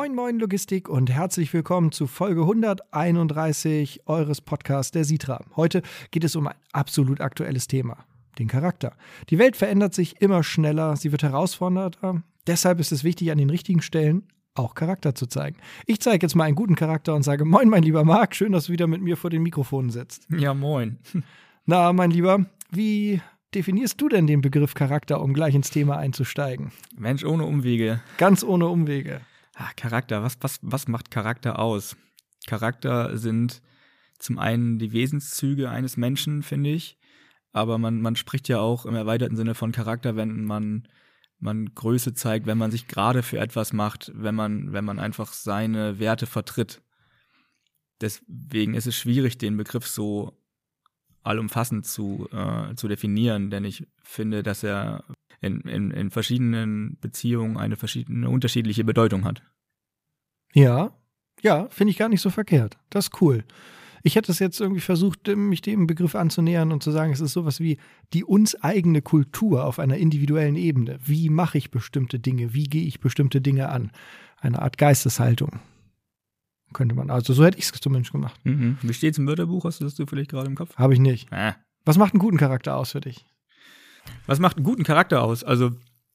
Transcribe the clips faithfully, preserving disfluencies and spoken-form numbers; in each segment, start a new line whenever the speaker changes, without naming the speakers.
Moin Moin Logistik und herzlich willkommen zu Folge hunderteinunddreißig eures Podcasts der Sitra. Heute geht es um ein absolut aktuelles Thema, den Charakter. Die Welt verändert sich immer schneller, sie wird herausfordernder. Deshalb ist es wichtig, an den richtigen Stellen auch Charakter zu zeigen. Ich zeige jetzt mal einen guten Charakter und sage: Moin, mein lieber Marc, schön, dass du wieder mit mir vor den Mikrofonen sitzt.
Ja, moin.
Na, mein Lieber, wie definierst du denn den Begriff Charakter, um gleich ins Thema einzusteigen?
Mensch, ohne Umwege.
Ganz ohne Umwege.
Ah, Charakter, was, was, was macht Charakter aus? Charakter sind zum einen die Wesenszüge eines Menschen, finde ich, aber man, man spricht ja auch im erweiterten Sinne von Charakter, wenn man, man Größe zeigt, wenn man sich gerade für etwas macht, wenn man, wenn man einfach seine Werte vertritt. Deswegen ist es schwierig, den Begriff so allumfassend zu, äh, zu definieren, denn ich finde, dass er in, in, in verschiedenen Beziehungen eine verschiedene unterschiedliche Bedeutung hat.
Ja, ja, finde ich gar nicht so verkehrt. Das ist cool. Ich hätte es jetzt irgendwie versucht, mich dem Begriff anzunähern und zu sagen, es ist sowas wie die uns eigene Kultur auf einer individuellen Ebene. Wie mache ich bestimmte Dinge? Wie gehe ich bestimmte Dinge an? Eine Art Geisteshaltung. Könnte man, also so hätte ich es zumindest gemacht.
Mhm. Wie steht es im Wörterbuch? Hast du das vielleicht gerade im Kopf?
Habe ich nicht.
Ah.
Was macht einen guten Charakter aus für dich?
Was macht einen guten Charakter aus? Also,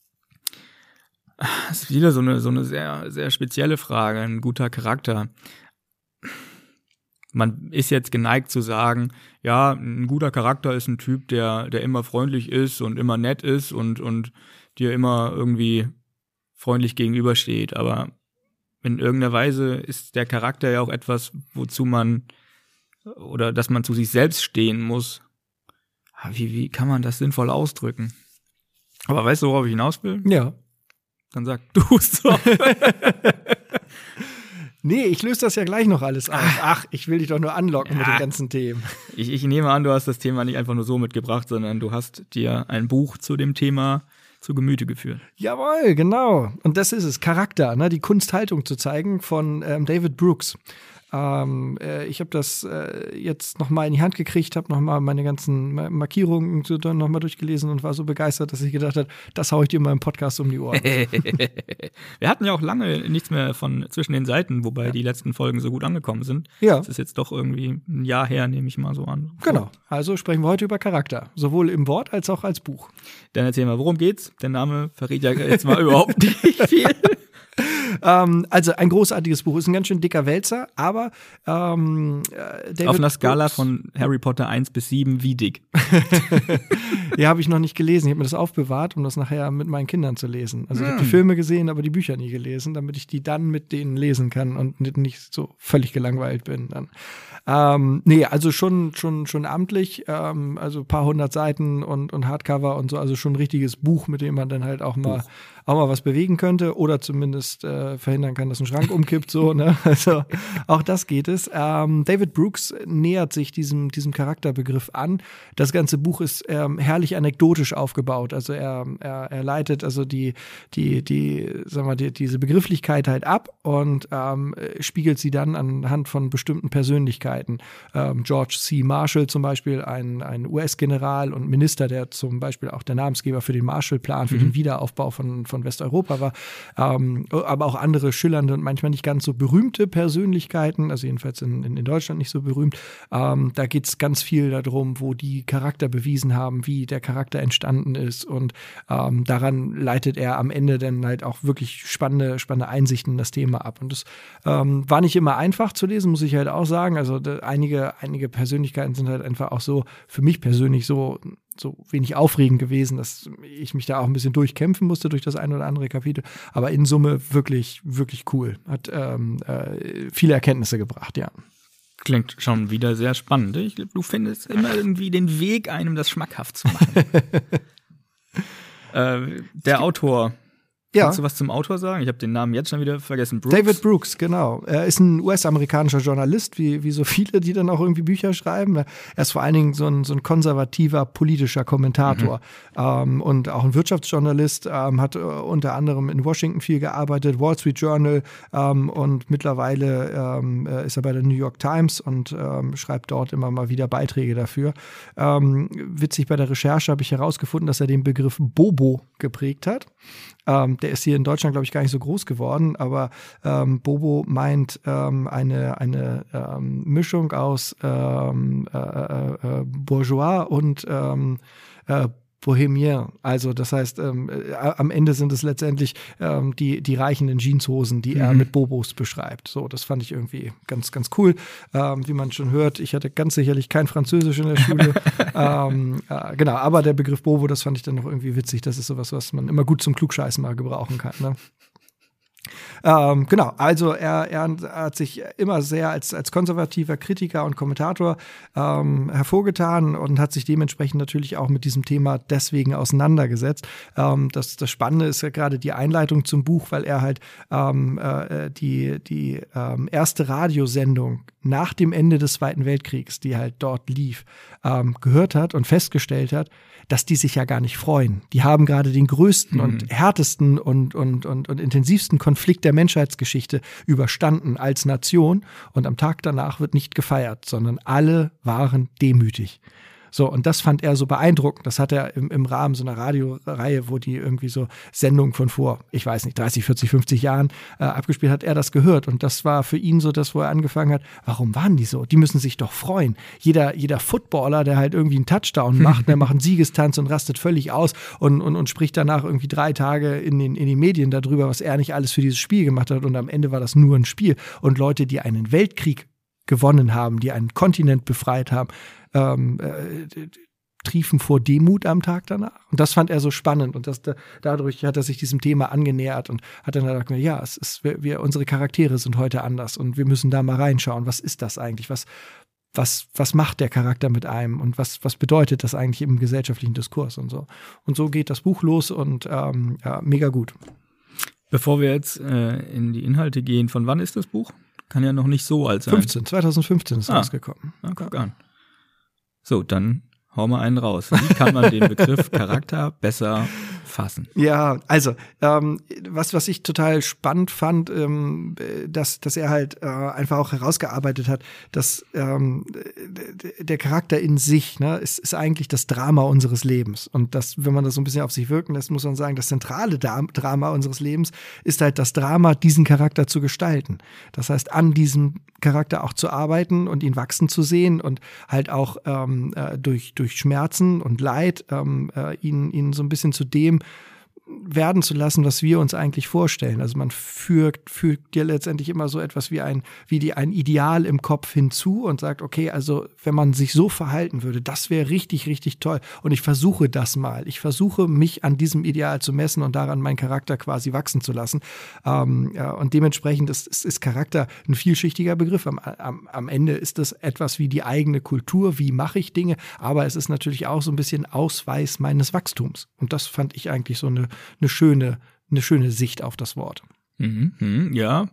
das ist wieder so eine, so eine sehr, sehr spezielle Frage, ein guter Charakter. Man ist jetzt geneigt zu sagen, ja, ein guter Charakter ist ein Typ, der, der immer freundlich ist und immer nett ist und, und dir immer irgendwie freundlich gegenübersteht, aber in irgendeiner Weise ist der Charakter ja auch etwas, wozu man oder dass man zu sich selbst stehen muss. Wie, wie kann man das sinnvoll ausdrücken? Aber weißt du, worauf ich hinaus will?
Ja.
Dann sag du es doch.
Nee, ich löse das ja gleich noch alles auf. Ach, ich will dich doch nur anlocken ja. mit den ganzen Themen.
Ich, ich nehme an, du hast das Thema nicht einfach nur so mitgebracht, sondern du hast dir ein Buch zu dem Thema zu Gemüte geführt.
Jawohl, genau. Und das ist es, Charakter, ne? Die Kunsthaltung zu zeigen von ähm, David Brooks. Ähm, äh, ich habe das äh, jetzt nochmal in die Hand gekriegt, habe nochmal meine ganzen Markierungen so dann nochmal durchgelesen und war so begeistert, dass ich gedacht habe, das haue ich dir mal im Podcast um die Ohren.
Wir hatten ja auch lange nichts mehr von zwischen den Seiten, wobei ja. die letzten Folgen so gut angekommen sind.
Ja.
Das ist jetzt doch irgendwie ein Jahr her, nehme ich mal so an.
Genau, also sprechen wir heute über Charakter, sowohl im Wort als auch als Buch.
Dann erzähl mal, worum geht's? Der Name verrät ja jetzt mal überhaupt nicht viel.
Ähm, also ein großartiges Buch, ist ein ganz schön dicker Wälzer, aber ähm, David
auf einer Skala
Brooks,
von Harry Potter eins bis sieben, wie dick?
Ja, habe ich noch nicht gelesen. Ich habe mir das aufbewahrt, um das nachher mit meinen Kindern zu lesen. Also ich habe
hm.
die Filme gesehen, aber die Bücher nie gelesen, damit ich die dann mit denen lesen kann und nicht so völlig gelangweilt bin dann. Ähm, nee, also schon schon schon amtlich, ähm, also ein paar hundert Seiten und, und Hardcover und so, also schon ein richtiges Buch, mit dem man dann halt auch mal, auch mal was bewegen könnte oder zumindest äh, verhindern kann, dass ein Schrank umkippt, so, ne? Also auch das geht es. Ähm, David Brooks nähert sich diesem, diesem Charakterbegriff an. Das ganze Buch ist ähm, herrlich anekdotisch aufgebaut. Also er, er, er leitet also die, die, die, sagen wir, die, diese Begrifflichkeit halt ab und ähm, spiegelt sie dann anhand von bestimmten Persönlichkeiten. Ähm, George C. Marshall zum Beispiel, ein, ein U S-General und Minister, der zum Beispiel auch der Namensgeber für den Marshallplan, für mhm. den Wiederaufbau von, von Westeuropa war, ähm, aber auch andere schillernde und manchmal nicht ganz so berühmte Persönlichkeiten, also jedenfalls in, in, in Deutschland nicht so berühmt. Ähm, da geht es ganz viel darum, wo die Charakter bewiesen haben, wie der Charakter entstanden ist und ähm, daran leitet er am Ende dann halt auch wirklich spannende, spannende Einsichten in das Thema ab. Und das ähm, war nicht immer einfach zu lesen, muss ich halt auch sagen. Also Einige, einige Persönlichkeiten sind halt einfach auch so, für mich persönlich so, so wenig aufregend gewesen, dass ich mich da auch ein bisschen durchkämpfen musste durch das ein oder andere Kapitel. Aber in Summe wirklich, wirklich cool. Hat ähm, äh, viele Erkenntnisse gebracht, ja.
Klingt schon wieder sehr spannend. Ich glaube, du findest immer irgendwie den Weg, einem das schmackhaft zu machen. äh, der Autor.
Ja.
Kannst du was zum Autor sagen? Ich habe den Namen jetzt schon wieder vergessen.
Brooks? David Brooks, genau. Er ist ein U S-amerikanischer Journalist, wie, wie so viele, die dann auch irgendwie Bücher schreiben. Er ist vor allen Dingen so ein, so ein konservativer politischer Kommentator mhm. ähm, und auch ein Wirtschaftsjournalist, ähm, hat äh, unter anderem in Washington viel gearbeitet, Wall Street Journal ähm, und mittlerweile ähm, ist er bei der New York Times und ähm, schreibt dort immer mal wieder Beiträge dafür. Ähm, witzig, bei der Recherche habe ich herausgefunden, dass er den Begriff Bobo geprägt hat. Ähm, der ist hier in Deutschland, glaube ich, gar nicht so groß geworden, aber ähm, Bobo meint ähm, eine, eine ähm, Mischung aus ähm, äh, äh, Bourgeois und ähm, äh, Bohemien. Also das heißt, ähm, äh, am Ende sind es letztendlich ähm, die, die Reichen in Jeanshosen, die mhm. er mit Bobos beschreibt. So, das fand ich irgendwie ganz, ganz cool. Ähm, wie man schon hört, ich hatte ganz sicherlich kein Französisch in der Schule. ähm, äh, genau, aber der Begriff Bobo, das fand ich dann noch irgendwie witzig. Das ist sowas, was man immer gut zum Klugscheißen mal gebrauchen kann. Ne? Ähm, genau, also er, er hat sich immer sehr als, als konservativer Kritiker und Kommentator ähm, hervorgetan und hat sich dementsprechend natürlich auch mit diesem Thema deswegen auseinandergesetzt. Ähm, das, das Spannende ist ja gerade die Einleitung zum Buch, weil er halt ähm, äh, die, die ähm, erste Radiosendung nach dem Ende des Zweiten Weltkriegs, die halt dort lief, ähm, gehört hat und festgestellt hat, dass die sich ja gar nicht freuen. Die haben gerade den größten mhm. und härtesten und, und, und, und intensivsten Konflikt der Menschheitsgeschichte überstanden als Nation. Und am Tag danach wird nicht gefeiert, sondern alle waren demütig. So, und das fand er so beeindruckend. Das hat er im, im Rahmen so einer Radioreihe, wo die irgendwie so Sendungen von vor, ich weiß nicht, dreißig, vierzig, fünfzig Jahren äh, abgespielt hat, er das gehört. Und das war für ihn so das, wo er angefangen hat, warum waren die so? Die müssen sich doch freuen. Jeder, jeder Footballer, der halt irgendwie einen Touchdown macht, der macht einen Siegestanz und rastet völlig aus und, und, und spricht danach irgendwie drei Tage in den, in den Medien darüber, was er nicht alles für dieses Spiel gemacht hat. Und am Ende war das nur ein Spiel. Und Leute, die einen Weltkrieg gewonnen haben, die einen Kontinent befreit haben, ähm, äh, triefen vor Demut am Tag danach. Und das fand er so spannend. Und das, da, dadurch hat er sich diesem Thema angenähert und hat dann gedacht, ja, es ist, wir, wir, unsere Charaktere sind heute anders und wir müssen da mal reinschauen. Was ist das eigentlich? Was, was, was macht der Charakter mit einem? Und was, was bedeutet das eigentlich im gesellschaftlichen Diskurs und so? Und so geht das Buch los und ähm, ja, mega gut.
Bevor wir jetzt äh, in die Inhalte gehen, von wann ist das Buch? Kann ja noch nicht so alt sein.
fünfzehn, zwanzig fünfzehn ist ah, rausgekommen.
Ah, guck an. So, dann hau mal einen raus. Wie kann man den Begriff Charakter besser fassen?
Ja, also ähm, was was ich total spannend fand, ähm, dass dass er halt äh, einfach auch herausgearbeitet hat, dass ähm, der Charakter in sich, ne, ist, ist eigentlich das Drama unseres Lebens. Und das, wenn man das so ein bisschen auf sich wirken lässt, muss man sagen, das zentrale Drama unseres Lebens ist halt das Drama, diesen Charakter zu gestalten. Das heißt, an diesem Charakter auch zu arbeiten und ihn wachsen zu sehen und halt auch ähm, äh, durch durch Schmerzen und Leid ähm, äh, ihn ihn so ein bisschen zu dem werden zu lassen, was wir uns eigentlich vorstellen. Also man fügt, fügt dir letztendlich immer so etwas wie ein, wie die, ein Ideal im Kopf hinzu und sagt, okay, also wenn man sich so verhalten würde, das wäre richtig, richtig toll. Und ich versuche das mal. Ich versuche, mich an diesem Ideal zu messen und daran meinen Charakter quasi wachsen zu lassen. Ähm, ja, und dementsprechend ist, ist, ist Charakter ein vielschichtiger Begriff. Am, am, am Ende ist es etwas wie die eigene Kultur, wie mache ich Dinge, aber es ist natürlich auch so ein bisschen Ausweis meines Wachstums. Und das fand ich eigentlich so eine eine schöne, eine schöne Sicht auf das Wort.
Mhm, ja,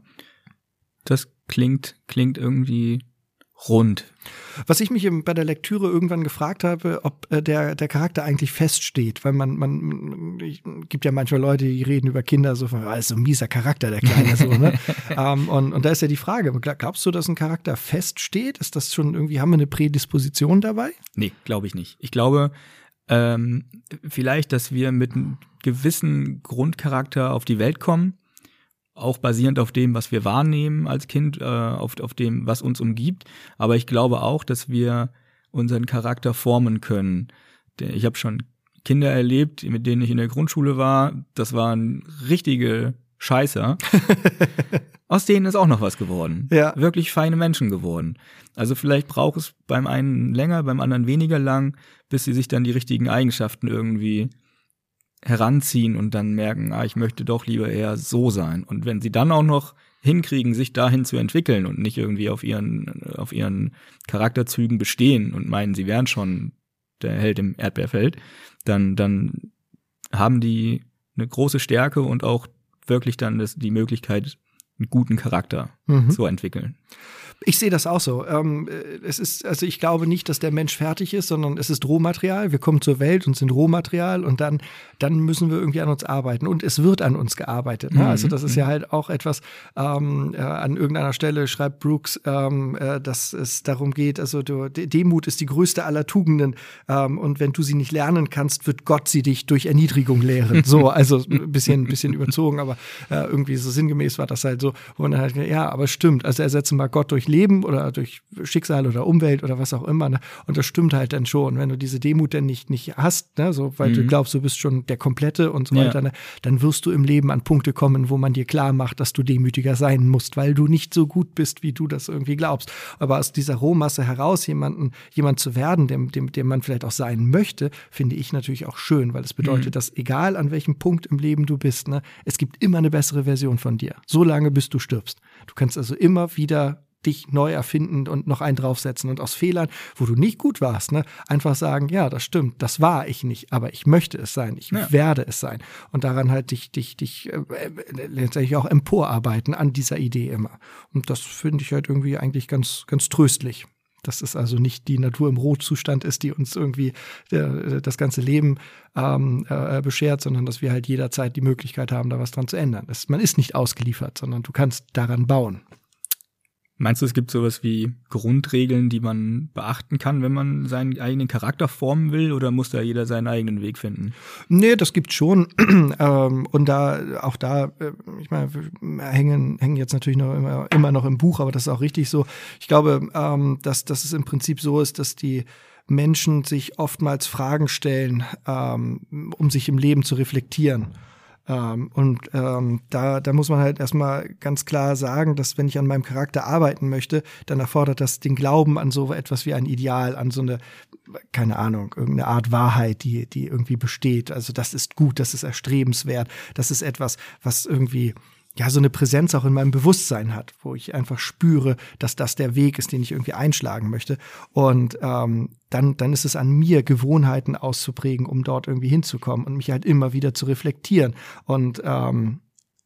das klingt, klingt irgendwie rund.
Was ich mich bei der Lektüre irgendwann gefragt habe, ob der, der Charakter eigentlich feststeht, weil man, man, ich, gibt ja manchmal Leute, die reden über Kinder so von, ah, ist so ein mieser Charakter, der Kleine, so, ne? um, und, und da ist ja die Frage, glaubst du, dass ein Charakter feststeht? Ist das schon irgendwie, haben wir eine Prädisposition dabei?
Nee, glaube ich nicht. Ich glaube, ähm, vielleicht, dass wir mit einem gewissen Grundcharakter auf die Welt kommen, auch basierend auf dem, was wir wahrnehmen als Kind, äh, auf, auf dem, was uns umgibt. Aber ich glaube auch, dass wir unseren Charakter formen können. Ich habe schon Kinder erlebt, mit denen ich in der Grundschule war. Das waren richtige Scheißer. Aus denen ist auch noch was geworden.
Ja.
Wirklich feine Menschen geworden. Also vielleicht braucht es beim einen länger, beim anderen weniger lang, bis sie sich dann die richtigen Eigenschaften irgendwie heranziehen und dann merken, ah, ich möchte doch lieber eher so sein. Und wenn sie dann auch noch hinkriegen, sich dahin zu entwickeln und nicht irgendwie auf ihren, auf ihren Charakterzügen bestehen und meinen, sie wären schon der Held im Erdbeerfeld, dann, dann haben die eine große Stärke und auch wirklich dann das, die Möglichkeit, einen guten Charakter mhm. so entwickeln.
Ich sehe das auch so. Ähm, es ist, also ich glaube nicht, dass der Mensch fertig ist, sondern es ist Rohmaterial. Wir kommen zur Welt und sind Rohmaterial und dann, dann müssen wir irgendwie an uns arbeiten. Und es wird an uns gearbeitet. Ne? Mhm. Also das ist ja halt auch etwas, ähm, äh, an irgendeiner Stelle schreibt Brooks, ähm, äh, dass es darum geht, also du, Demut ist die größte aller Tugenden. Ähm, und wenn du sie nicht lernen kannst, wird Gott sie dich durch Erniedrigung lehren. So, also ein bisschen, ein bisschen überzogen, aber äh, irgendwie so sinngemäß war das halt so. Wo man halt, ja, aber stimmt. Also ersetzen mal Gott durch Leben oder durch Schicksal oder Umwelt oder was auch immer. Ne? Und das stimmt halt dann schon. Wenn du diese Demut dann nicht, nicht hast, ne? So, weil mhm. du glaubst, du bist schon der Komplette und so ja. weiter, ne? Dann wirst du im Leben an Punkte kommen, wo man dir klar macht, dass du demütiger sein musst, weil du nicht so gut bist, wie du das irgendwie glaubst. Aber aus dieser Rohmasse heraus jemanden, jemand zu werden, dem, dem, dem man vielleicht auch sein möchte, finde ich natürlich auch schön, weil es bedeutet, mhm. dass egal an welchem Punkt im Leben du bist, ne, es gibt immer eine bessere Version von dir. So lange, bis du stirbst. Du kannst also immer wieder dich neu erfinden und noch einen draufsetzen und aus Fehlern, wo du nicht gut warst, ne, einfach sagen, ja, das stimmt, das war ich nicht, aber ich möchte es sein, ich ja. werde es sein und daran halt dich, dich, dich äh, letztendlich auch emporarbeiten an dieser Idee immer. Und das finde ich halt irgendwie eigentlich ganz, ganz tröstlich. Dass es also nicht die Natur im Rohzustand ist, die uns irgendwie äh, das ganze Leben ähm, äh, beschert, sondern dass wir halt jederzeit die Möglichkeit haben, da was dran zu ändern. Es, man ist nicht ausgeliefert, sondern du kannst daran bauen.
Meinst du, es gibt sowas wie Grundregeln, die man beachten kann, wenn man seinen eigenen Charakter formen will, oder muss da jeder seinen eigenen Weg finden?
Nee, das gibt's schon. ähm, und da, auch da, ich meine, wir hängen, hängen jetzt natürlich noch immer, immer noch im Buch, aber das ist auch richtig so. Ich glaube, ähm, dass, dass es im Prinzip so ist, dass die Menschen sich oftmals Fragen stellen, ähm, um sich im Leben zu reflektieren. Ähm, und ähm, da, da muss man halt erstmal ganz klar sagen, dass wenn ich an meinem Charakter arbeiten möchte, dann erfordert das den Glauben an so etwas wie ein Ideal, an so eine, keine Ahnung, irgendeine Art Wahrheit, die, die irgendwie besteht. Also das ist gut, das ist erstrebenswert, das ist etwas, was irgendwie ja so eine Präsenz auch in meinem Bewusstsein hat, wo ich einfach spüre, dass das der Weg ist, den ich irgendwie einschlagen möchte. Und ähm, dann, dann ist es an mir, Gewohnheiten auszuprägen, um dort irgendwie hinzukommen und mich halt immer wieder zu reflektieren und ähm,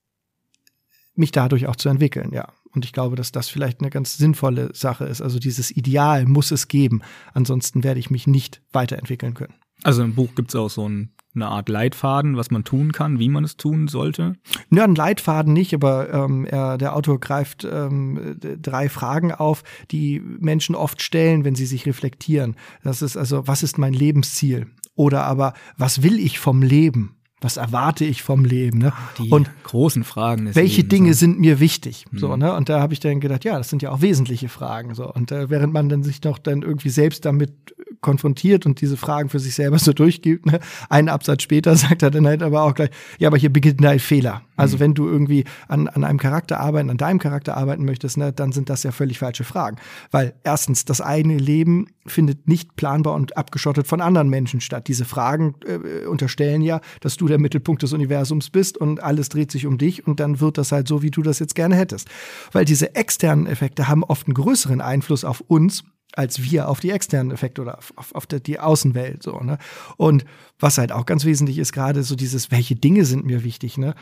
mich dadurch auch zu entwickeln, ja. Und ich glaube, dass das vielleicht eine ganz sinnvolle Sache ist. Also dieses Ideal muss es geben. Ansonsten werde ich mich nicht weiterentwickeln können.
Also im Buch gibt es auch so ein eine Art Leitfaden, was man tun kann, wie man es tun sollte?
Ja, ein Leitfaden nicht, aber ähm, er, der Autor greift ähm, drei Fragen auf, die Menschen oft stellen, wenn sie sich reflektieren. Das ist also, was ist mein Lebensziel? Oder aber, was will ich vom Leben? Was erwarte ich vom Leben? Ne?
Die
und
großen Fragen. Des
welche
Lebens,
Dinge
ne?
sind mir wichtig?
Mhm.
So, ne? Und da habe ich dann gedacht, ja, das sind ja auch wesentliche Fragen. So. Und äh, während man dann sich noch dann irgendwie selbst damit konfrontiert und diese Fragen für sich selber so durchgibt, ne? Einen Absatz später sagt er dann halt aber auch gleich, ja, aber hier beginnt ein Fehler. Also mhm. wenn du irgendwie an, an einem Charakter arbeiten, an deinem Charakter arbeiten möchtest, ne, dann sind das ja völlig falsche Fragen. Weil erstens, das eigene Leben findet nicht planbar und abgeschottet von anderen Menschen statt. Diese Fragen äh, unterstellen ja, dass du der Mittelpunkt des Universums bist und alles dreht sich um dich und dann wird das halt so, wie du das jetzt gerne hättest. Weil diese externen Effekte haben oft einen größeren Einfluss auf uns, als wir auf die externen Effekte oder auf, auf, auf die Außenwelt. So, ne? Und was halt auch ganz wesentlich ist, gerade so dieses, welche Dinge sind mir wichtig, ne?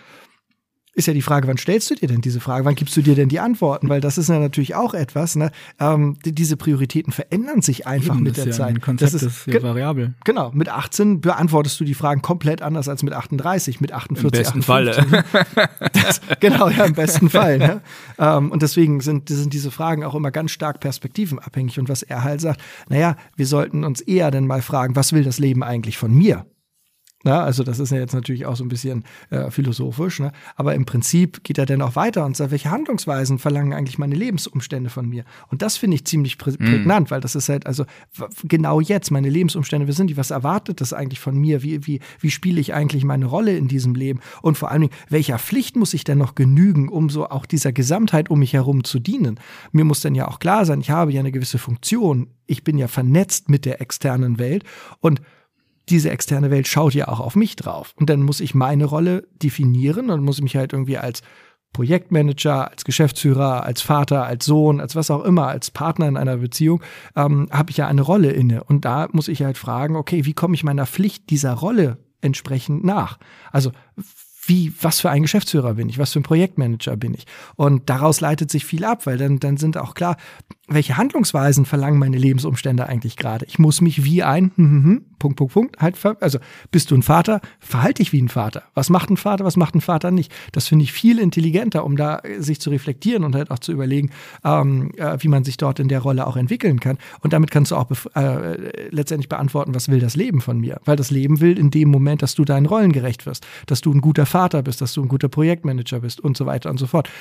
Ist ja die Frage, wann stellst du dir denn diese Frage? Wann gibst du dir denn die Antworten? Weil das ist ja natürlich auch etwas, ne? Ähm, die, diese Prioritäten verändern sich einfach
Eben,
mit der
ja
Zeit.
Ein Konzept
das
ist ja variabel.
Genau, mit achtzehn beantwortest du die Fragen komplett anders als mit achtunddreißig, mit achtundvierzig,
Im besten Falle.
Das, genau, ja, im besten Fall. Ne? Ähm, und deswegen sind, sind diese Fragen auch immer ganz stark perspektivenabhängig. Und was er halt sagt, naja, wir sollten uns eher dann mal fragen, was will das Leben eigentlich von mir? Na, also das ist ja jetzt natürlich auch so ein bisschen äh, philosophisch, ne? Aber im Prinzip geht er dann auch weiter und sagt, welche Handlungsweisen verlangen eigentlich meine Lebensumstände von mir? Und das finde ich ziemlich prä- prägnant, mm. weil das ist halt, also w- genau jetzt, meine Lebensumstände, wie sind die? Was erwartet das eigentlich von mir? Wie, wie, wie spiele ich eigentlich meine Rolle in diesem Leben? Und vor allen Dingen, welcher Pflicht muss ich denn noch genügen, um so auch dieser Gesamtheit um mich herum zu dienen? Mir muss dann ja auch klar sein, ich habe ja eine gewisse Funktion. Ich bin ja vernetzt mit der externen Welt und diese externe Welt schaut ja auch auf mich drauf. Und dann muss ich meine Rolle definieren und muss mich halt irgendwie als Projektmanager, als Geschäftsführer, als Vater, als Sohn, als was auch immer, als Partner in einer Beziehung, ähm, habe ich ja eine Rolle inne. Und da muss ich halt fragen, okay, wie komme ich meiner Pflicht dieser Rolle entsprechend nach? Also wie, was für ein Geschäftsführer bin ich, was für ein Projektmanager bin ich. Und daraus leitet sich viel ab, weil dann, dann sind auch klar, welche Handlungsweisen verlangen meine Lebensumstände eigentlich gerade. Ich muss mich wie ein, hm, hm, hm, Punkt, Punkt, Punkt, halt, also bist du ein Vater, verhalte dich wie ein Vater. Was macht ein Vater, was macht ein Vater nicht? Das finde ich viel intelligenter, um da sich zu reflektieren und halt auch zu überlegen, ähm, äh, wie man sich dort in der Rolle auch entwickeln kann. Und damit kannst du auch bef- äh, letztendlich beantworten, was will das Leben von mir? Weil das Leben will in dem Moment, dass du deinen Rollen gerecht wirst, dass du ein guter Vater bist, dass du ein guter Projektmanager bist und so weiter und so fort.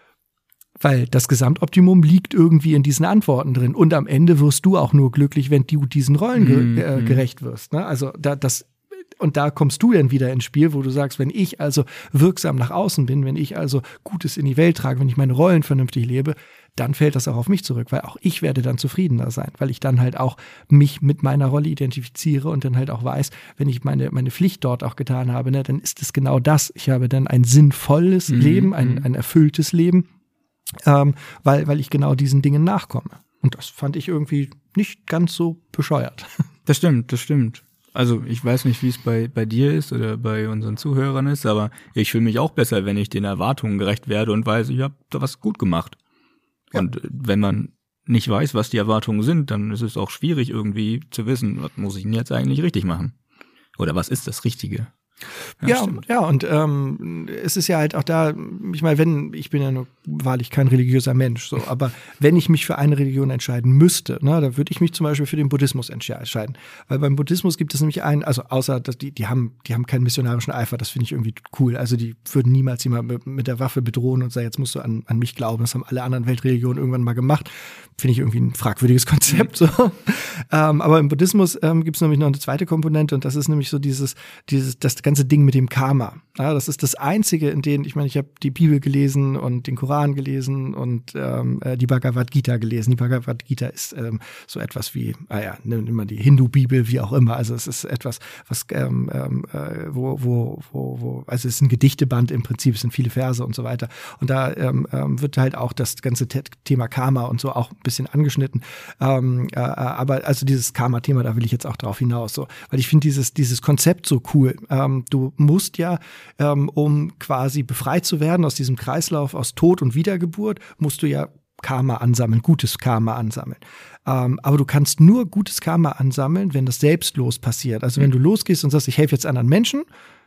Weil das Gesamtoptimum liegt irgendwie in diesen Antworten drin. Und am Ende wirst du auch nur glücklich, wenn du diesen Rollen ge-
Mhm.
äh, gerecht wirst. Ne? Also da, das, und da kommst du dann wieder ins Spiel, wo du sagst, wenn ich also wirksam nach außen bin, wenn ich also Gutes in die Welt trage, wenn ich meine Rollen vernünftig lebe, dann fällt das auch auf mich zurück, weil auch ich werde dann zufriedener sein, weil ich dann halt auch mich mit meiner Rolle identifiziere und dann halt auch weiß, wenn ich meine, meine Pflicht dort auch getan habe, ne, dann ist es genau das. Ich habe dann ein sinnvolles
Mhm.
Leben, ein, ein erfülltes Leben, ähm, weil, weil ich genau diesen Dingen nachkomme. Und das fand ich irgendwie nicht ganz so bescheuert.
Das stimmt, das stimmt. Also ich weiß nicht, wie es bei, bei dir ist oder bei unseren Zuhörern ist, aber ich fühle mich auch besser, wenn ich den Erwartungen gerecht werde und weiß, ich habe da was gut gemacht. Ja. Und wenn man nicht weiß, was die Erwartungen sind, dann ist es auch schwierig irgendwie zu wissen, was muss ich denn jetzt eigentlich richtig machen? Oder was ist das Richtige?
Ja, ja, ja, und ähm, es ist ja halt auch da, ich meine, wenn, ich bin ja nur wahrlich kein religiöser Mensch, so, aber wenn ich mich für eine Religion entscheiden müsste, ne, da würde ich mich zum Beispiel für den Buddhismus entscheiden. Weil beim Buddhismus gibt es nämlich einen, also außer, dass die, die haben, die haben keinen missionarischen Eifer, das finde ich irgendwie cool. Also die würden niemals jemand mit, mit der Waffe bedrohen und sagen, jetzt musst du an, an mich glauben. Das haben alle anderen Weltreligionen irgendwann mal gemacht. Finde ich irgendwie ein fragwürdiges Konzept, so. ähm, aber im Buddhismus ähm, gibt es nämlich noch eine zweite Komponente und das ist nämlich so dieses, dieses, das ganze Ding mit dem Karma. Ja, das ist das Einzige, in dem, ich meine, ich habe die Bibel gelesen und den Koran gelesen und ähm, die Bhagavad Gita gelesen. Die Bhagavad Gita ist ähm, so etwas wie, ah ja, nimm mal die Hindu-Bibel, wie auch immer. Also es ist etwas, was, ähm, äh, wo, wo, wo, wo, also es ist ein Gedichteband im Prinzip, es sind viele Verse und so weiter. Und da ähm, wird halt auch das ganze Thema Karma und so auch ein bisschen angeschnitten. Ähm, äh, aber also dieses Karma-Thema, da will ich jetzt auch drauf hinaus, so, weil ich finde dieses, dieses Konzept so cool. Ähm, du musst ja, ähm, um quasi befreit zu werden aus diesem Kreislauf aus Tod und Wiedergeburt, musst du ja Karma ansammeln, gutes Karma ansammeln. Ähm, aber du kannst nur gutes Karma ansammeln, wenn das selbstlos passiert. Also wenn du losgehst und sagst, ich helfe jetzt anderen Menschen,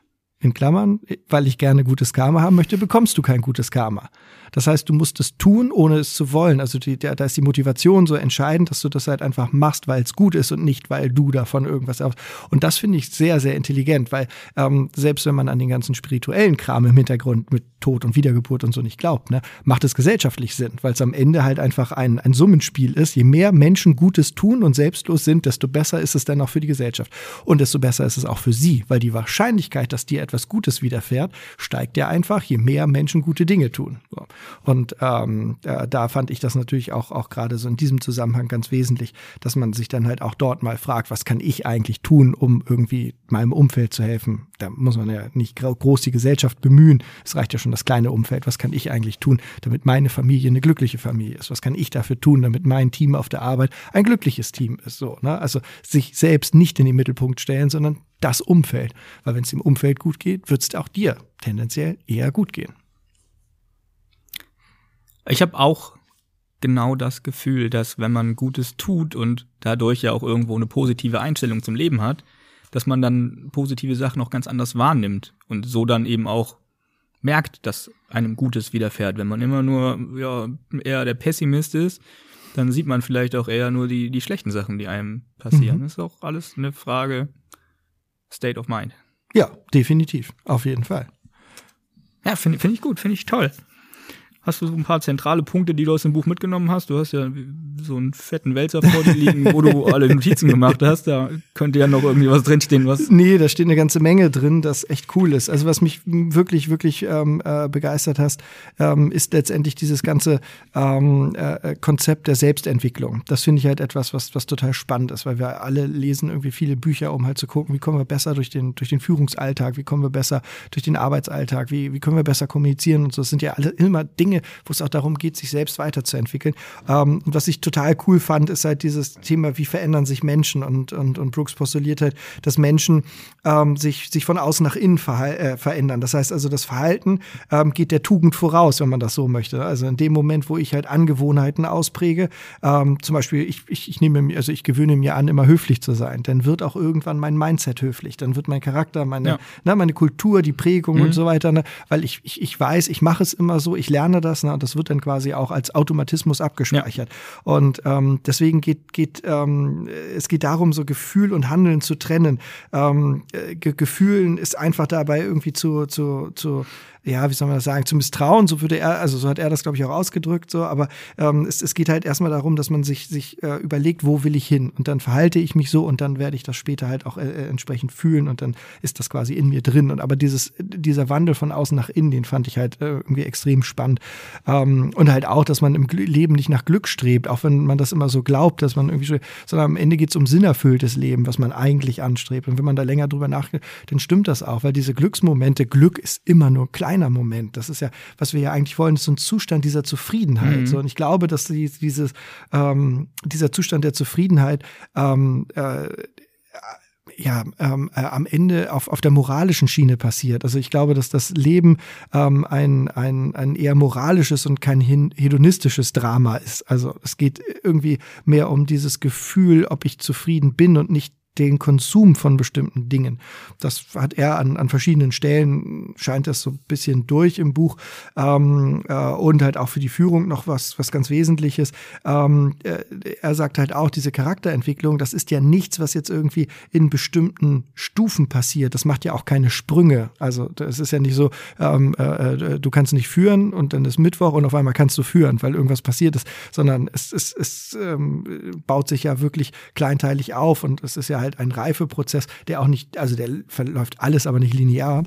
in Klammern, weil ich gerne gutes Karma haben möchte, bekommst du kein gutes Karma. Das heißt, du musst es tun, ohne es zu wollen. Also die, da ist die Motivation so entscheidend, dass du das halt einfach machst, weil es gut ist und nicht, weil du davon irgendwas auf. Und das finde ich sehr, sehr intelligent, weil ähm, selbst wenn man an den ganzen spirituellen Kram im Hintergrund mit Tod und Wiedergeburt und so nicht glaubt, ne, macht es gesellschaftlich Sinn, weil es am Ende halt einfach ein, ein Summenspiel ist. Je mehr Menschen Gutes tun und selbstlos sind, desto besser ist es dann auch für die Gesellschaft. Und desto besser ist es auch für sie, weil die Wahrscheinlichkeit, dass dir etwas Gutes widerfährt, steigt ja einfach, je mehr Menschen gute Dinge tun. So. Und ähm, äh, da fand ich das natürlich auch, auch gerade so in diesem Zusammenhang ganz wesentlich, dass man sich dann halt auch dort mal fragt, was kann ich eigentlich tun, um irgendwie meinem Umfeld zu helfen. Da muss man ja nicht groß die Gesellschaft bemühen. Es reicht ja schon das kleine Umfeld. Was kann ich eigentlich tun, damit meine Familie eine glückliche Familie ist? Was kann ich dafür tun, damit mein Team auf der Arbeit ein glückliches Team ist? So, ne? Also sich selbst nicht in den Mittelpunkt stellen, sondern das Umfeld. Weil wenn es dem Umfeld gut geht, wird es auch dir tendenziell eher gut gehen.
Ich habe auch genau das Gefühl, dass wenn man Gutes tut und dadurch ja auch irgendwo eine positive Einstellung zum Leben hat, dass man dann positive Sachen auch ganz anders wahrnimmt und so dann eben auch merkt, dass einem Gutes widerfährt. Wenn man immer nur ja eher der Pessimist ist, dann sieht man vielleicht auch eher nur die die schlechten Sachen, die einem passieren. Mhm. Das ist auch alles eine Frage State of Mind.
Ja, definitiv. Auf jeden Fall.
Ja, finde find ich gut, finde ich toll. Hast du so ein paar zentrale Punkte, die du aus dem Buch mitgenommen hast? Du hast ja so einen fetten Wälzer vor dir liegen, wo du alle Notizen gemacht hast. Da könnte ja noch irgendwie was drinstehen. Was
nee, da steht eine ganze Menge drin, das echt cool ist. Also was mich wirklich, wirklich ähm, äh, begeistert hast, ähm, ist letztendlich dieses ganze ähm, äh, Konzept der Selbstentwicklung. Das finde ich halt etwas, was, was total spannend ist, weil wir alle lesen irgendwie viele Bücher, um halt zu gucken, wie kommen wir besser durch den, durch den Führungsalltag, wie kommen wir besser durch den Arbeitsalltag, wie, wie können wir besser kommunizieren und so. Das sind ja alle immer Dinge, Dinge, wo es auch darum geht, sich selbst weiterzuentwickeln. Ähm, und was ich total cool fand, ist halt dieses Thema, wie verändern sich Menschen, und, und, und Brooks postuliert halt, dass Menschen ähm, sich, sich von außen nach innen verhal- äh, verändern. Das heißt also, das Verhalten ähm, geht der Tugend voraus, wenn man das so möchte. Also in dem Moment, wo ich halt Angewohnheiten auspräge, ähm, zum Beispiel, ich, ich, ich nehme mir, also ich gewöhne mir an, immer höflich zu sein, dann wird auch irgendwann mein Mindset höflich, dann wird mein Charakter, meine, ja. ne, meine Kultur, die Prägung mhm. und so weiter, ne, weil ich, ich, ich weiß, ich mache es immer so, ich lerne das, ne, und das wird dann quasi auch als Automatismus abgespeichert. Ja. Und ähm, deswegen geht, geht ähm, es geht darum, so Gefühl und Handeln zu trennen. Ähm, Ge- Gefühlen ist einfach dabei irgendwie zu, zu, zu ja, wie soll man das sagen, zu misstrauen, so würde er, also so hat er das, glaube ich, auch ausgedrückt, so, aber ähm, es, es geht halt erstmal darum, dass man sich, sich äh, überlegt, wo will ich hin, und dann verhalte ich mich so, und dann werde ich das später halt auch äh, entsprechend fühlen, und dann ist das quasi in mir drin. Und aber dieses, dieser Wandel von außen nach innen, den fand ich halt äh, irgendwie extrem spannend. Ähm, und halt auch, dass man im Gl- Leben nicht nach Glück strebt, auch wenn man das immer so glaubt, dass man irgendwie, sondern am Ende geht es um sinnerfülltes Leben, was man eigentlich anstrebt. Und wenn man da länger drüber nachdenkt, dann stimmt das auch, weil diese Glücksmomente, Glück ist immer nur klein Moment. Das ist ja, was wir ja eigentlich wollen, ist so ein Zustand dieser Zufriedenheit. Mhm. So, und ich glaube, dass die, dieses, ähm, dieser Zustand der Zufriedenheit ähm, äh, ja, ähm, äh, am Ende auf, auf der moralischen Schiene passiert. Also ich glaube, dass das Leben ähm, ein, ein, ein eher moralisches und kein hedonistisches Drama ist. Also es geht irgendwie mehr um dieses Gefühl, ob ich zufrieden bin, und nicht den Konsum von bestimmten Dingen. Das hat er an, an verschiedenen Stellen, scheint das so ein bisschen durch im Buch, ähm, äh, und halt auch für die Führung noch was, was ganz Wesentliches. Ähm, äh, er sagt halt auch, diese Charakterentwicklung, das ist ja nichts, was jetzt irgendwie in bestimmten Stufen passiert. Das macht ja auch keine Sprünge. Also das ist ja nicht so, ähm, äh, du kannst nicht führen und dann ist Mittwoch und auf einmal kannst du führen, weil irgendwas passiert ist, sondern es, es, es ähm, baut sich ja wirklich kleinteilig auf, und es ist ja halt ein Reifeprozess, der auch nicht, also der verläuft alles, aber nicht linear.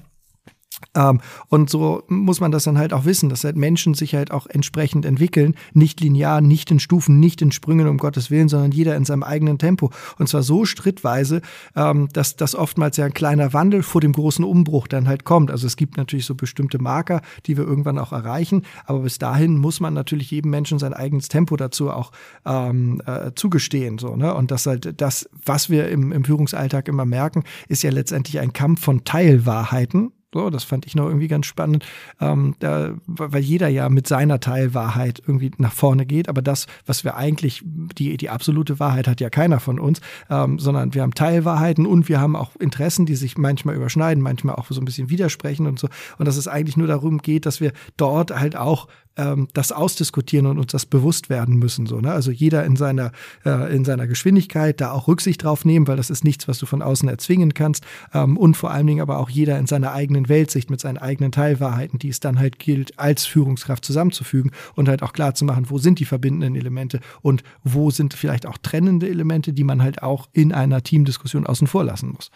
Ähm, und so muss man das dann halt auch wissen, dass halt Menschen sich halt auch entsprechend entwickeln, nicht linear, nicht in Stufen, nicht in Sprüngen, um Gottes Willen, sondern jeder in seinem eigenen Tempo. Und zwar so schrittweise, ähm, dass das oftmals ja ein kleiner Wandel vor dem großen Umbruch dann halt kommt. Also es gibt natürlich so bestimmte Marker, die wir irgendwann auch erreichen, aber bis dahin muss man natürlich jedem Menschen sein eigenes Tempo dazu auch ähm, äh, zugestehen. So, ne? Und das halt das, was wir im, im Führungsalltag immer merken, ist ja letztendlich ein Kampf von Teilwahrheiten. So, das fand ich noch irgendwie ganz spannend, ähm, da, weil jeder ja mit seiner Teilwahrheit irgendwie nach vorne geht, aber das, was wir eigentlich, die, die absolute Wahrheit hat ja keiner von uns, ähm, sondern wir haben Teilwahrheiten, und wir haben auch Interessen, die sich manchmal überschneiden, manchmal auch so ein bisschen widersprechen und so, und dass es eigentlich nur darum geht, dass wir dort halt auch ähm, das ausdiskutieren und uns das bewusst werden müssen, so, ne? Also jeder in seiner, äh, in seiner Geschwindigkeit da auch Rücksicht drauf nehmen, weil das ist nichts, was du von außen erzwingen kannst, ähm, und vor allen Dingen aber auch jeder in seiner eigenen Weltsicht mit seinen eigenen Teilwahrheiten, die es dann halt gilt, als Führungskraft zusammenzufügen und halt auch klar zu machen, wo sind die verbindenden Elemente und wo sind vielleicht auch trennende Elemente, die man halt auch in einer Teamdiskussion außen vor lassen muss.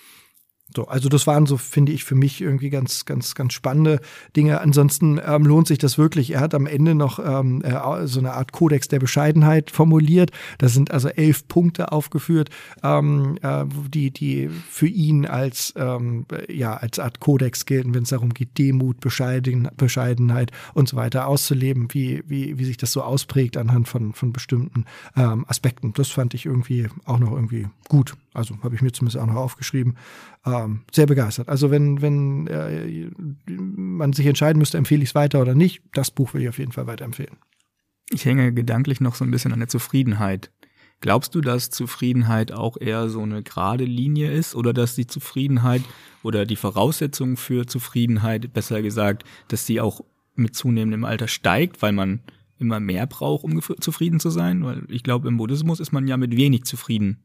So, also das waren so, finde ich, für mich irgendwie ganz, ganz, ganz spannende Dinge. Ansonsten ähm, lohnt sich das wirklich. Er hat am Ende noch ähm, äh, so eine Art Kodex der Bescheidenheit formuliert. Da sind also elf Punkte aufgeführt, ähm, äh, die, die für ihn als, ähm, ja, als Art Kodex gelten, wenn es darum geht, Demut, Bescheiden, Bescheidenheit und so weiter auszuleben, wie, wie, wie sich das so ausprägt anhand von, von bestimmten ähm, Aspekten. Das fand ich irgendwie auch noch irgendwie gut. Also habe ich mir zumindest auch noch aufgeschrieben. Ähm, sehr begeistert. Also wenn, wenn äh, man sich entscheiden müsste, empfehle ich es weiter oder nicht, das Buch will ich auf jeden Fall weiterempfehlen.
Ich hänge gedanklich noch so ein bisschen an der Zufriedenheit. Glaubst du, dass Zufriedenheit auch eher so eine gerade Linie ist, oder dass die Zufriedenheit oder die Voraussetzung für Zufriedenheit, besser gesagt, dass die auch mit zunehmendem Alter steigt, weil man immer mehr braucht, um zufrieden zu sein? Weil ich glaube, im Buddhismus ist man ja mit wenig zufrieden.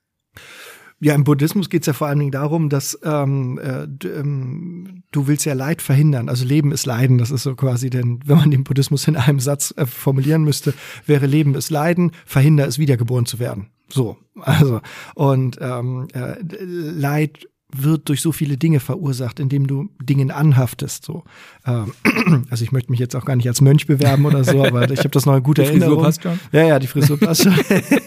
Ja, im Buddhismus geht es ja vor allen Dingen darum, dass ähm, äh, du, ähm, du willst ja Leid verhindern. Also Leben ist Leiden. Das ist so quasi, denn wenn man den Buddhismus in einem Satz äh, formulieren müsste, wäre Leben ist Leiden, verhindere es wiedergeboren zu werden. So, also und ähm, äh, Leid wird durch so viele Dinge verursacht, indem du Dingen anhaftest. So, ähm, also ich möchte mich jetzt auch gar nicht als Mönch bewerben oder so, aber ich habe das noch eine gute
die
Erinnerung.
Frisur passt schon.
Ja, ja, die Frisur passt schon.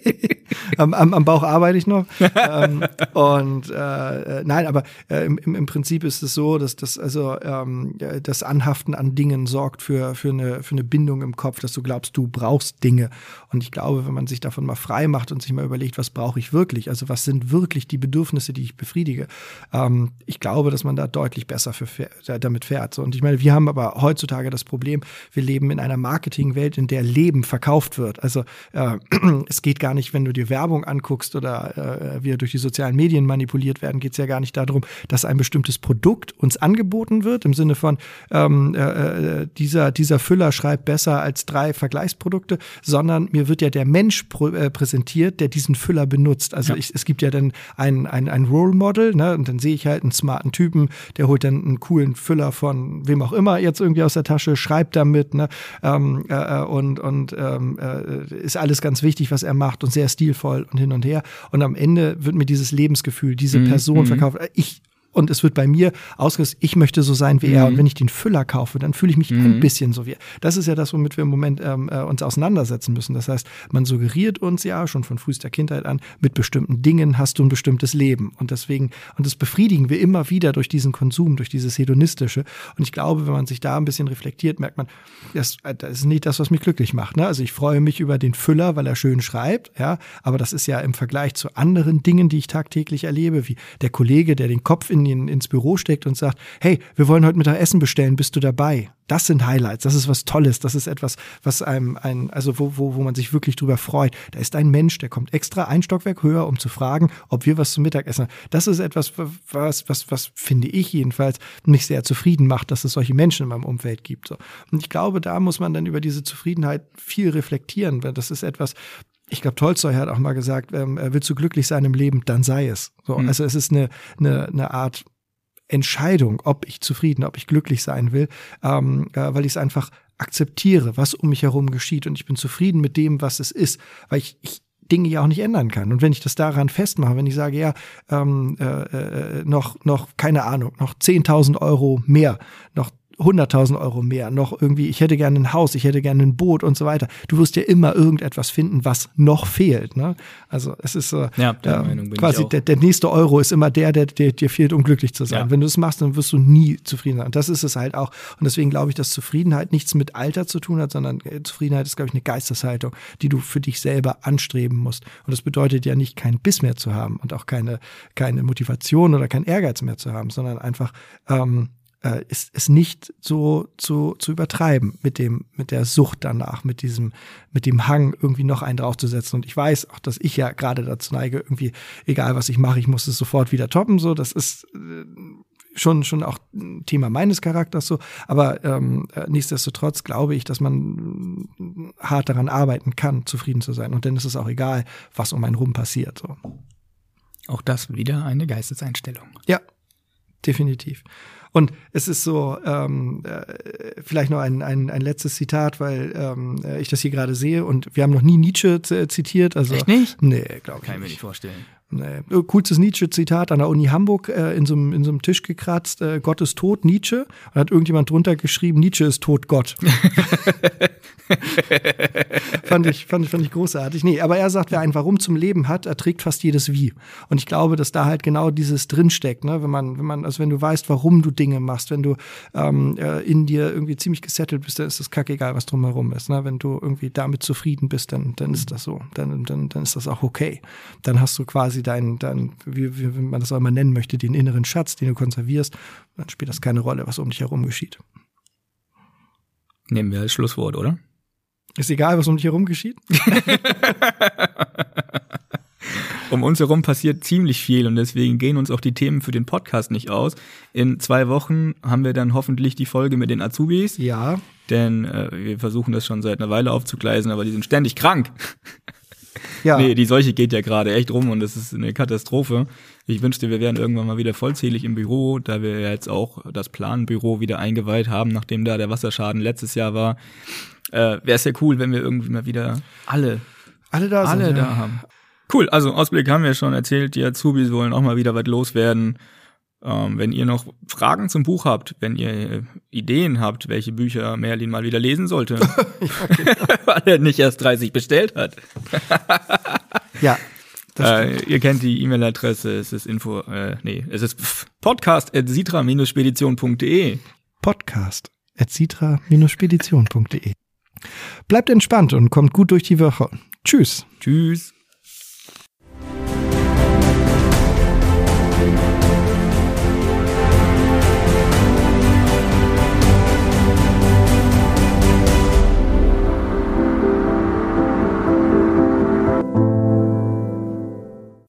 am, am, am Bauch arbeite ich noch. ähm, und äh, nein, aber äh, im, im Prinzip ist es so, dass das also ähm, das Anhaften an Dingen sorgt für für eine für eine Bindung im Kopf, dass du glaubst, du brauchst Dinge. Und ich glaube, wenn man sich davon mal frei macht und sich mal überlegt, was brauche ich wirklich, also was sind wirklich die Bedürfnisse, die ich befriedige, ähm, ich glaube, dass man da deutlich besser für, damit fährt. So, und ich meine, wir haben aber heutzutage das Problem, wir leben in einer Marketingwelt, in der Leben verkauft wird. Also äh, es geht gar nicht, wenn du dir Werbung anguckst oder äh, wir durch die sozialen Medien manipuliert werden, geht es ja gar nicht darum, dass ein bestimmtes Produkt uns angeboten wird, im Sinne von ähm, äh, dieser, dieser Füller schreibt besser als drei Vergleichsprodukte, sondern mir wird ja der Mensch pr- äh, präsentiert, der diesen Füller benutzt. Also ja. ich, es gibt ja dann ein, ein, ein Role Model, ne, und dann sehe ich halt einen smarten Typen, der holt dann einen coolen Füller von wem auch immer jetzt irgendwie aus der Tasche, schreibt damit, ne, ähm, äh, und, und ähm, äh, ist alles ganz wichtig, was er macht und sehr stilvoll und hin und her. Und am Ende wird mir dieses Lebensgefühl, diese
mhm.
Person verkauft. Ich Und es wird bei mir ausgerüstet, ich möchte so sein wie mhm. er. Und wenn ich den Füller kaufe, dann fühle ich mich mhm. ein bisschen so wie er. Das ist ja das, womit wir im Moment ähm, äh, uns auseinandersetzen müssen. Das heißt, man suggeriert uns ja schon von frühester Kindheit an, mit bestimmten Dingen hast du ein bestimmtes Leben. Und deswegen, und das befriedigen wir immer wieder durch diesen Konsum, durch dieses Hedonistische. Und ich glaube, wenn man sich da ein bisschen reflektiert, merkt man, das, das ist nicht das, was mich glücklich macht. Ne? Also ich freue mich über den Füller, weil er schön schreibt. Ja, aber das ist ja im Vergleich zu anderen Dingen, die ich tagtäglich erlebe, wie der Kollege, der den Kopf in ins Büro steckt und sagt, hey, wir wollen heute Mittag Essen bestellen, bist du dabei? Das sind Highlights, das ist was Tolles, das ist etwas, was einem, ein, also wo, wo, wo man sich wirklich drüber freut. Da ist ein Mensch, der kommt extra ein Stockwerk höher, um zu fragen, ob wir was zum Mittagessen haben. Das ist etwas, was, was, was finde ich jedenfalls mich sehr zufrieden macht, dass es solche Menschen in meinem Umfeld gibt. So. Und ich glaube, da muss man dann über diese Zufriedenheit viel reflektieren, weil das ist etwas, ich glaube, Tolstoi hat auch mal gesagt, ähm, willst du glücklich sein im Leben, dann sei es. So, mhm. Also es ist eine, eine, eine Art Entscheidung, ob ich zufrieden, ob ich glücklich sein will, ähm, äh, weil ich es einfach akzeptiere, was um mich herum geschieht und ich bin zufrieden mit dem, was es ist, weil ich, ich Dinge ja auch nicht ändern kann. Und wenn ich das daran festmache, wenn ich sage, ja, ähm, äh, noch, noch, keine Ahnung, noch zehntausend Euro mehr, noch hunderttausend Euro mehr, noch irgendwie, ich hätte gerne ein Haus, ich hätte gerne ein Boot und so weiter. Du wirst ja immer irgendetwas finden, was noch fehlt. Ne? Also es ist so,
ja, der ähm, Meinung bin
quasi
ich auch.
Der, der nächste Euro ist immer der, der, der dir fehlt, um glücklich zu sein. Ja. Wenn du es machst, dann wirst du nie zufrieden sein. Und das ist es halt auch. Und deswegen glaube ich, dass Zufriedenheit nichts mit Alter zu tun hat, sondern Zufriedenheit ist, glaube ich, eine Geisteshaltung, die du für dich selber anstreben musst. Und das bedeutet ja nicht, keinen Biss mehr zu haben und auch keine, keine Motivation oder keinen Ehrgeiz mehr zu haben, sondern einfach ähm, ist es nicht so zu zu übertreiben mit dem mit der Sucht danach, mit diesem mit dem Hang irgendwie noch einen draufzusetzen. Und ich weiß auch, dass ich ja gerade dazu neige, irgendwie egal was ich mache, ich muss es sofort wieder toppen. So, das ist äh, schon schon auch ein Thema meines Charakters so. Aber ähm, nichtsdestotrotz glaube ich, dass man hart daran arbeiten kann, zufrieden zu sein. Und dann ist es auch egal, was um einen rum passiert. So.
Auch das wieder eine Geisteseinstellung.
Ja, definitiv. Und es ist so, ähm, äh, vielleicht noch ein, ein, ein letztes Zitat, weil ähm, ich das hier gerade sehe und wir haben noch nie Nietzsche z- zitiert. Also,
echt nicht?
Nee, glaube ich
Kann ich mir
nicht
nicht vorstellen.
Nee. Coolstes Nietzsche-Zitat an der Uni Hamburg äh, in so einem in so einem Tisch gekratzt, äh, Gott ist tot, Nietzsche. Und hat irgendjemand drunter geschrieben, Nietzsche ist tot, Gott. fand ich, fand ich, fand ich großartig. Nee, aber er sagt, wer ein Warum zum Leben hat, erträgt fast jedes Wie. Und ich glaube, dass da halt genau dieses drinsteckt, ne? Wenn man, wenn man, also wenn du weißt, warum du Dinge machst, wenn du ähm, äh, in dir irgendwie ziemlich gesettelt bist, dann ist das kackegal, was drumherum ist. Ne? Wenn du irgendwie damit zufrieden bist, dann, dann ist das so. Dann, dann, dann ist das auch okay. Dann hast du quasi dein, dein wie, wie man das auch immer nennen möchte, den inneren Schatz, den du konservierst. Dann spielt das keine Rolle, was um dich herum geschieht.
Nehmen wir als Schlusswort, oder?
Ist egal, was um dich herum geschieht?
Um uns herum passiert ziemlich viel und deswegen gehen uns auch die Themen für den Podcast nicht aus. In zwei Wochen haben wir dann hoffentlich die Folge mit den Azubis.
Ja.
Denn äh, wir versuchen das schon seit einer Weile aufzugleisen, aber die sind ständig krank.
Ja.
Nee, die Seuche geht ja gerade echt rum und das ist eine Katastrophe. Ich wünschte, wir wären irgendwann mal wieder vollzählig im Büro, da wir ja jetzt auch das Planbüro wieder eingeweiht haben, nachdem da der Wasserschaden letztes Jahr war. Äh, wäre es ja cool, wenn wir irgendwie mal wieder alle,
alle da,
alle
sind,
da
ja.
haben. Cool, also Ausblick haben wir schon erzählt, die Azubis wollen auch mal wieder was loswerden. Ähm, wenn ihr noch Fragen zum Buch habt, wenn ihr äh, Ideen habt, welche Bücher Merlin mal wieder lesen sollte, weil er nicht erst dreißig bestellt hat.
Ja.
Äh, ihr kennt die E-Mail-Adresse, es ist info, äh, nee, es ist podcast at sitra spedition punkt de.
Podcast at sitra spedition punkt de. Bleibt entspannt und kommt gut durch die Woche. Tschüss.
Tschüss.